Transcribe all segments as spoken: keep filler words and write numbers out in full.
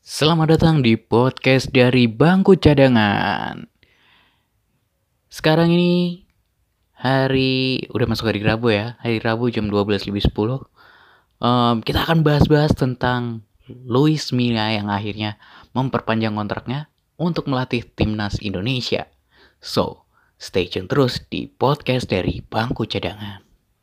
Selamat datang di podcast dari Bangku Cadangan. Sekarang ini hari udah masuk hari Rabu ya. Hari Rabu jam dua belas lebih sepuluh. Em, kita akan bahas-bahas tentang Luis Milla yang akhirnya memperpanjang kontraknya untuk melatih timnas Indonesia. So, stay tune terus di podcast dari Bangku Cadangan.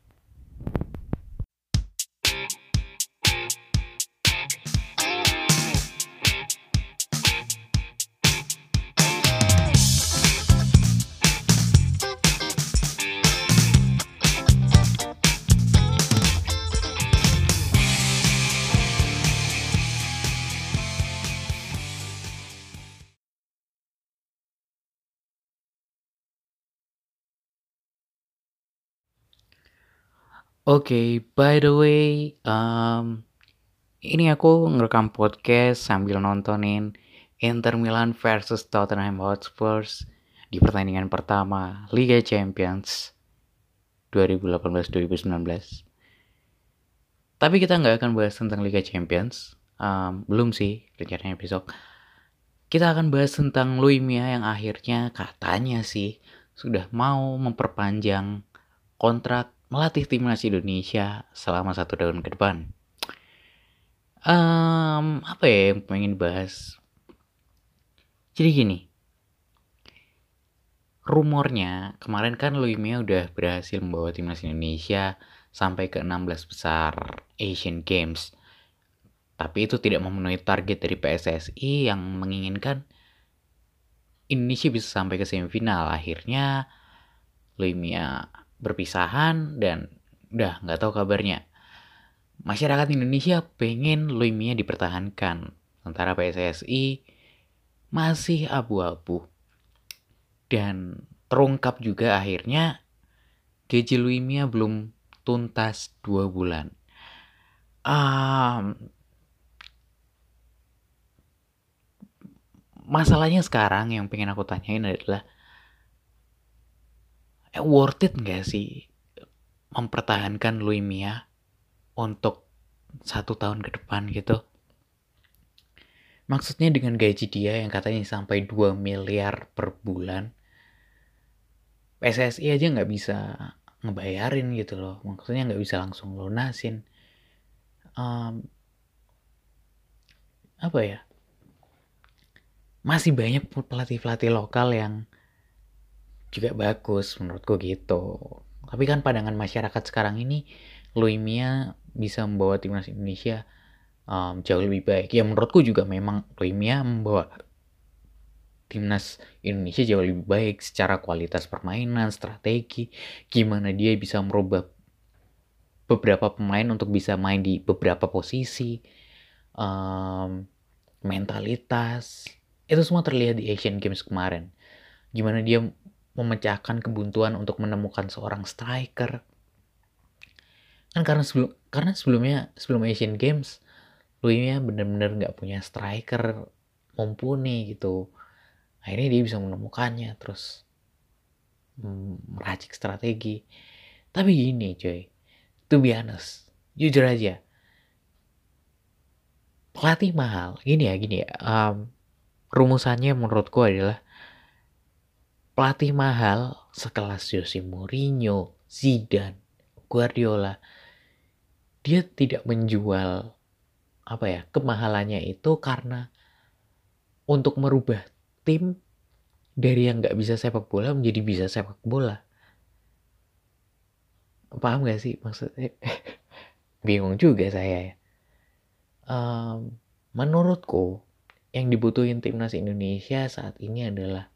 Oke, by the way, em, ini aku ngerekam podcast sambil nontonin Inter Milan versus Tottenham Hotspur di pertandingan pertama Liga Champions dua ribu delapan belas dua ribu sembilan belas. Tapi kita nggak akan bahas tentang Liga Champions, um, belum sih rencananya besok. Kita akan bahas tentang Luis Milla yang akhirnya katanya sih sudah mau memperpanjang kontrak melatih timnas Indonesia selama satu tahun ke depan. Um, apa ya yang pengen bahas? Jadi gini, rumornya kemarin kan Luis Milla udah berhasil membawa timnas Indonesia sampai ke enam belas besar Asian Games. Tapi itu tidak memenuhi target dari P S S I yang menginginkan Indonesia bisa sampai ke semifinal. Akhirnya Luis Milla berpisahan dan udah nggak tahu kabarnya. Masyarakat Indonesia pengen Luis Milla dipertahankan, sementara P S S I masih abu-abu. Dan terungkap juga akhirnya gaji Luis Milla belum tuntas dua bulan. Um, masalahnya sekarang yang pengen aku tanyain adalah eh, worth it gak sih mempertahankan Luis Milla untuk satu tahun ke depan gitu? Maksudnya dengan gaji dia yang katanya sampai dua miliar per bulan, P S S I aja nggak bisa ngebayarin gitu loh. Maksudnya nggak bisa langsung lunasin. Um, apa ya? Masih banyak pelatih-pelatih lokal yang juga bagus menurutku gitu. Tapi kan pandangan masyarakat sekarang ini Luis Milla bisa membawa timnas Indonesia um, jauh lebih baik. Ya menurutku juga memang Luis Milla membawa timnas Indonesia jauh lebih baik secara kualitas permainan, strategi, gimana dia bisa merubah beberapa pemain untuk bisa main di beberapa posisi, um, mentalitas, itu semua terlihat di Asian Games kemarin. Gimana dia memecahkan kebuntuan untuk menemukan seorang striker. Kan karena sebelum karena sebelumnya sebelum Asian Games, Luis Milla bener-bener nggak punya striker mumpuni gitu. Akhirnya dia bisa menemukannya terus hmm, meracik strategi. Tapi gini coy, to be honest, jujur aja, pelatih mahal. Gini ya, gini ya. Um, rumusannya menurutku adalah pelatih mahal sekelas Jose Mourinho, Zidane, Guardiola, dia tidak menjual apa ya kemahalannya itu karena untuk merubah tim dari yang nggak bisa sepak bola menjadi bisa sepak bola. Paham gak sih maksudnya? Bingung juga saya ya. Um, menurutku yang dibutuhin timnas Indonesia saat ini adalah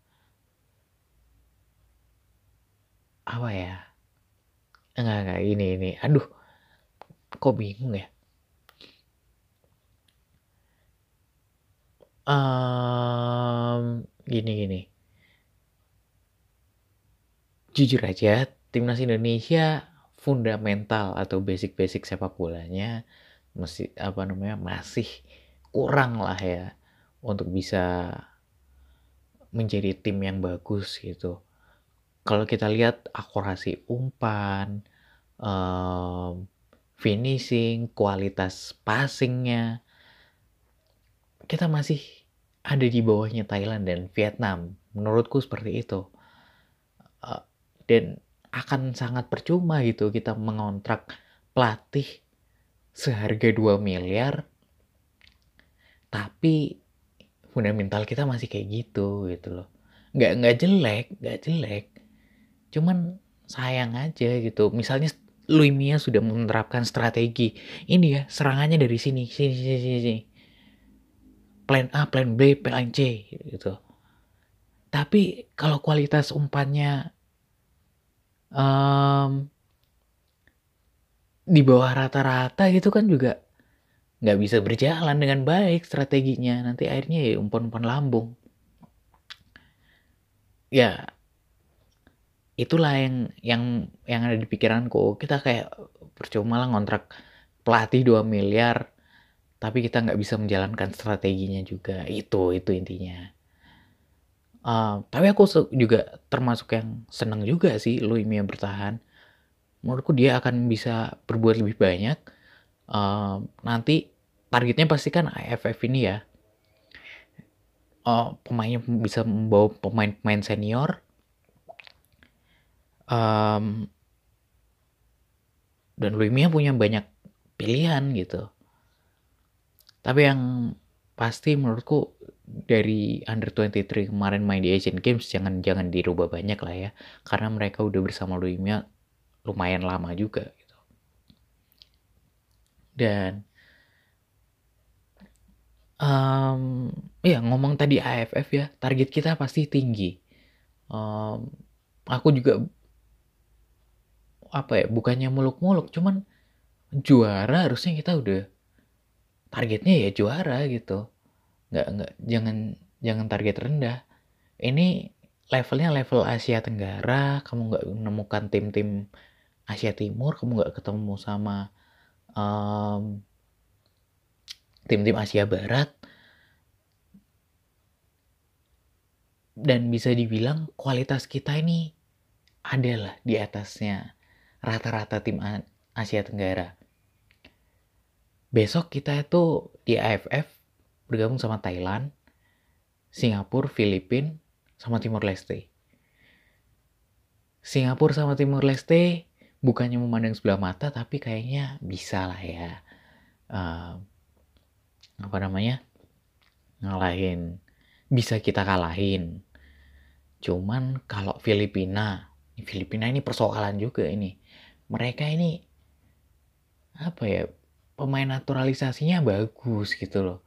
apa ya? Enggak enggak ini ini. Aduh, kok bingung ya? Um, gini gini. Jujur aja, timnas Indonesia fundamental atau basic-basic sepak bolanya masih apa namanya masih kurang lah ya untuk bisa menjadi tim yang bagus gitu. Kalau kita lihat akurasi umpan, um, finishing, kualitas passingnya, kita masih ada di bawahnya Thailand dan Vietnam. Menurutku seperti itu. Uh, dan akan sangat percuma gitu kita mengontrak pelatih seharga dua miliar tapi fundamental kita masih kayak gitu gitu loh. Nggak nggak jelek, nggak jelek. Cuman sayang aja gitu. Misalnya Luis Mia sudah menerapkan strategi. Ini ya, serangannya dari sini, sini, sini, sini, sini. Plan A, plan B, plan C gitu. Tapi kalau kualitas umpannya um, di bawah rata-rata gitu kan juga nggak bisa berjalan dengan baik strateginya. Nanti akhirnya ya umpan-umpan lambung. Ya, itulah yang yang yang ada di pikiranku. Kita kayak percuma lah ngontrak pelatih dua miliar tapi kita nggak bisa menjalankan strateginya juga. Itu itu intinya. Uh, tapi aku juga termasuk yang seneng juga sih Luis Mia bertahan. Menurutku dia akan bisa berbuat lebih banyak. Uh, nanti targetnya pasti kan A F F ini ya. Uh, pemainnya bisa membawa pemain-pemain senior. Um, dan Luis Mia punya banyak pilihan gitu. Tapi yang pasti menurutku dari under twenty-three kemarin main di Asian Games jangan jangan dirubah banyak lah ya, karena mereka udah bersama Luis Mia lumayan lama juga gitu. Dan um, ya ngomong tadi A F F ya, target kita pasti tinggi. Um, aku juga apa ya, bukannya muluk-muluk, cuman juara harusnya kita udah targetnya ya juara gitu. Nggak nggak jangan jangan target rendah. Ini levelnya level Asia Tenggara, kamu nggak menemukan tim-tim Asia Timur, kamu nggak ketemu sama um, tim-tim Asia Barat, dan bisa dibilang kualitas kita ini adalah di atasnya rata-rata tim Asia Tenggara. Besok kita itu di A F F bergabung sama Thailand, Singapura, Filipina, sama Timor Leste. Singapura sama Timor Leste bukannya memandang sebelah mata, tapi kayaknya bisa lah ya. Uh, apa namanya? Ngalahin. Bisa kita kalahin. Cuman kalau Filipina, Filipina ini persoalan juga ini. Mereka ini apa ya? Pemain naturalisasinya bagus gitu loh.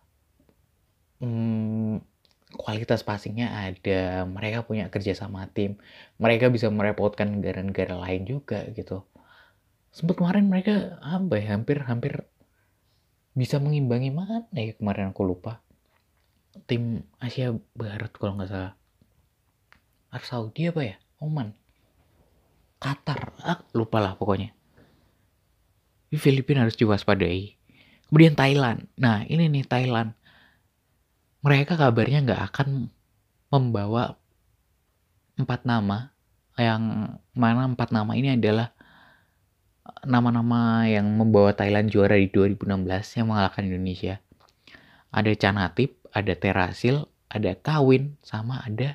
Hmm, kualitas passingnya ada, mereka punya kerja sama tim, mereka bisa merepotkan negara-negara lain juga gitu. Sempet kemarin mereka apa ya, hampir-hampir bisa mengimbangi mana ya kemarin, aku lupa. Tim Asia Barat kalau nggak salah. Arab Saudi apa ya? Oman. Qatar. Ah, lupa lah pokoknya. Di Filipina harus diwaspadai. Kemudian Thailand. Nah ini nih Thailand. Mereka kabarnya nggak akan membawa empat nama. Yang mana empat nama ini adalah nama-nama yang membawa Thailand juara di dua ribu enam belas yang mengalahkan Indonesia. Ada Canatip, ada Terasil, ada Kawin, sama ada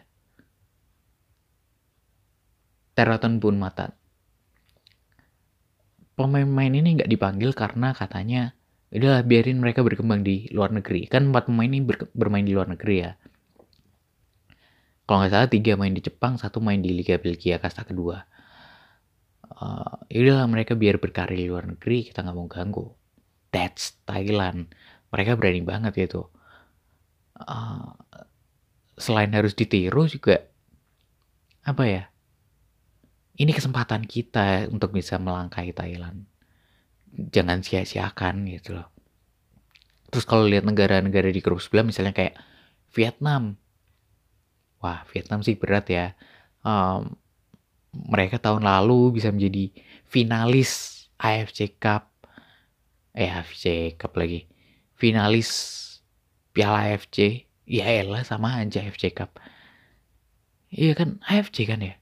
Teraton Bunmatan. Pemain-pemain ini nggak dipanggil karena katanya udahlah biarin mereka berkembang di luar negeri. Kan empat pemain ini ber- bermain di luar negeri ya. Kalau nggak salah tiga main di Jepang, satu main di Liga Belgia kasta kedua. Uh, udahlah mereka biar berkarir di luar negeri, kita nggak mau ganggu. That's Thailand. Mereka berani banget gitu. Uh, selain harus ditiru juga apa ya? Ini kesempatan kita untuk bisa melangkahi Thailand. Jangan sia-siakan gitu loh. Terus kalau lihat negara-negara di grup sebelah misalnya kayak Vietnam. Wah, Vietnam sih berat ya. Um, mereka tahun lalu bisa menjadi finalis A F C Cup. Eh, A F C Cup lagi. Finalis Piala A F C. Ya elah, sama aja A F C Cup. Iya kan, A F C kan ya?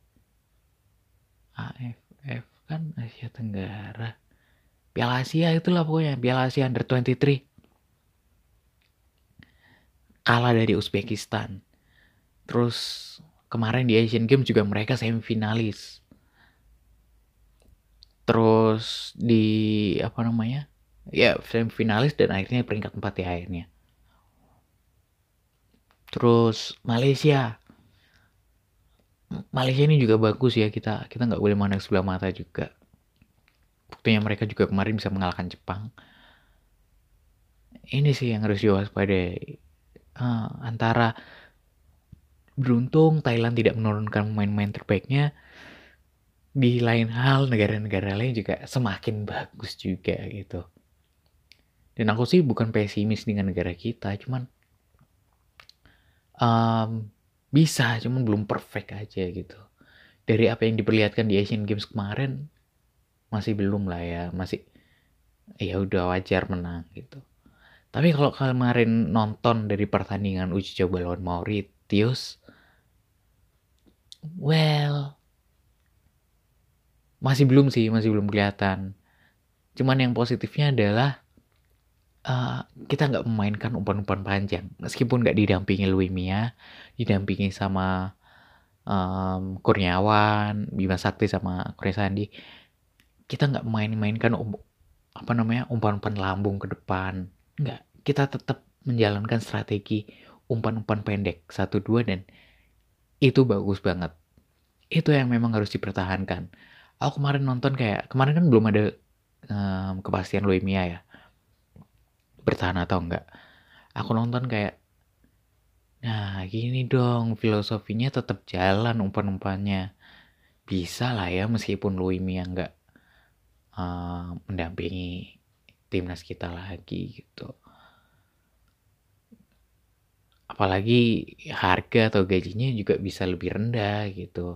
A F F kan Asia Tenggara. Piala Asia itulah pokoknya, Piala Asia under twenty-three. kalah dari Uzbekistan. Terus kemarin di Asian Games juga mereka semifinalis. Terus di apa namanya? Ya semifinalis dan akhirnya peringkat empat ya akhirnya. Terus Malaysia. Malaysia ini juga bagus ya, kita kita nggak boleh mandang sebelah mata juga. Buktinya mereka juga kemarin bisa mengalahkan Jepang. Ini sih yang harus diwaspadai. Uh, antara beruntung Thailand tidak menurunkan pemain-pemain terbaiknya, di lain hal negara-negara lain juga semakin bagus juga gitu. Dan aku sih bukan pesimis dengan negara kita, cuman um, bisa, cuman belum perfect aja gitu. Dari apa yang diperlihatkan di Asian Games kemarin masih belum lah ya, masih ya udah wajar menang gitu. Tapi kalau kemarin nonton dari pertandingan uji coba lawan Mauritius, well, masih belum sih, masih belum kelihatan. Cuman yang positifnya adalah uh, kita nggak memainkan umpan-umpan panjang. Meskipun nggak didampingi Luimia, didampingi sama um, Kurniawan, Bima Sakti sama Kurnia Sandi, kita nggak main-mainkan um, apa namanya umpan-umpan lambung ke depan. Nggak, kita tetap menjalankan strategi umpan-umpan pendek satu dua dan itu bagus banget. Itu yang memang harus dipertahankan. Aku kemarin nonton kayak kemarin kan belum ada um, kepastian Luimia ya bertahan atau enggak. Aku nonton kayak nah gini dong filosofinya tetap jalan umpan-umpannya. Bisa lah ya meskipun Luimia enggak uh, mendampingi timnas kita lagi gitu. Apalagi harga atau gajinya juga bisa lebih rendah gitu.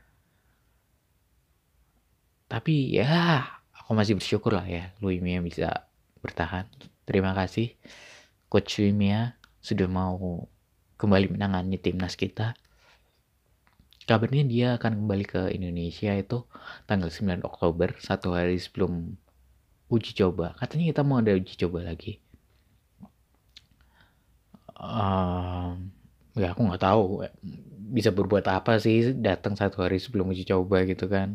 Tapi ya aku masih bersyukur lah ya Luimia bisa bertahan. Terima kasih Coach Luimia sudah mau kembali menangani timnas kita. Kabarnya dia akan kembali ke Indonesia itu tanggal sembilan Oktober, satu hari sebelum uji coba. Katanya kita mau ada uji coba lagi. Um, ya aku nggak tahu bisa berbuat apa sih datang satu hari sebelum uji coba gitu kan.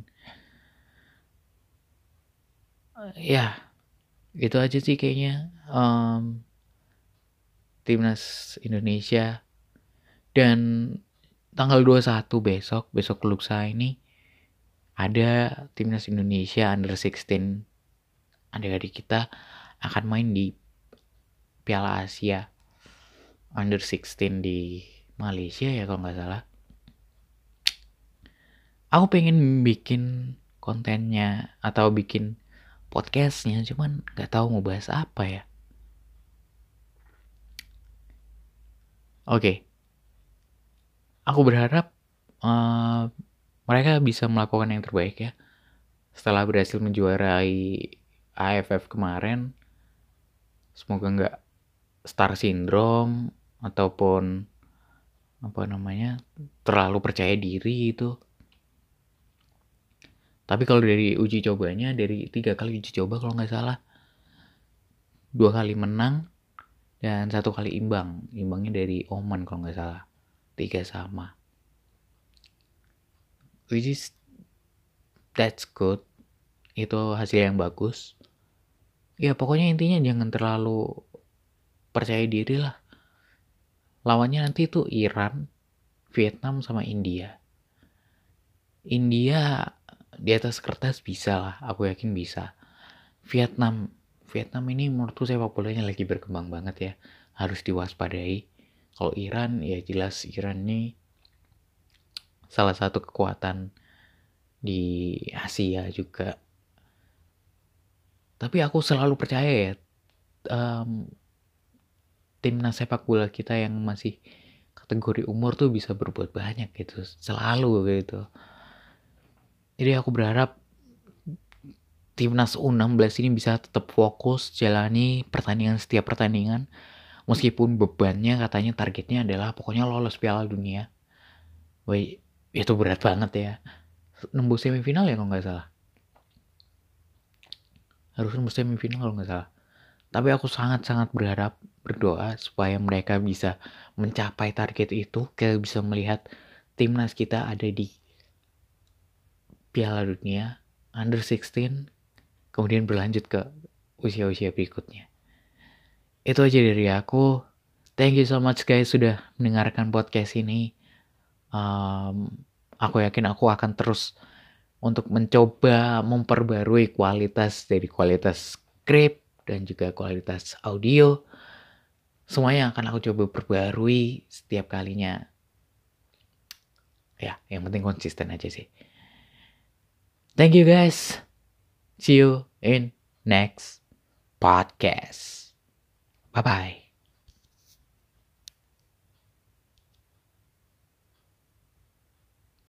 Uh, ya, itu aja sih kayaknya um, timnas Indonesia. Dan tanggal dua puluh satu besok, besok lusa ini ada timnas Indonesia under enam belas adik-adik kita akan main di Piala Asia under enam belas di Malaysia ya kalau nggak salah. Aku pengen bikin kontennya atau bikin podcastnya, cuman nggak tahu mau bahas apa ya. Oke, okay. Aku berharap uh, mereka bisa melakukan yang terbaik ya. Setelah berhasil menjuarai A F F kemarin, semoga nggak star syndrome ataupun apa namanya terlalu percaya diri itu. Tapi kalau dari uji cobanya, dari tiga kali uji coba kalau nggak salah, dua kali menang dan satu kali imbang. Imbangnya dari Oman kalau nggak salah, tiga sama. Which is that's good. Itu hasil yang bagus. Ya pokoknya intinya jangan terlalu percaya diri lah. Lawannya nanti itu Iran, Vietnam sama India. India di atas kertas bisa lah, aku yakin bisa. Vietnam, Vietnam ini menurutku sepak bolanya lagi berkembang banget ya, harus diwaspadai. Kalau Iran ya jelas Iran ini salah satu kekuatan di Asia juga. Tapi aku selalu percaya ya, um, timnas sepak bola kita yang masih kategori umur tuh bisa berbuat banyak gitu, selalu gitu. Jadi aku berharap timnas U enam belas ini bisa tetap fokus jalani pertandingan setiap pertandingan. Meskipun bebannya katanya targetnya adalah pokoknya lolos Piala Dunia. Wah, itu berat banget ya. Nembus semifinal ya kalau nggak salah. Harus nembus semifinal kalau nggak salah. Tapi aku sangat-sangat berharap berdoa supaya mereka bisa mencapai target itu. Kita bisa melihat timnas kita ada di Piala Dunia under enam belas, kemudian berlanjut ke usia-usia berikutnya. Itu aja dari aku. Thank you so much guys sudah mendengarkan podcast ini. Um, aku yakin aku akan terus untuk mencoba memperbarui kualitas dari kualitas script dan juga kualitas audio. Semuanya akan aku coba perbarui setiap kalinya. Ya, yang penting konsisten aja sih. Thank you guys. See you in next podcast. Bye-bye.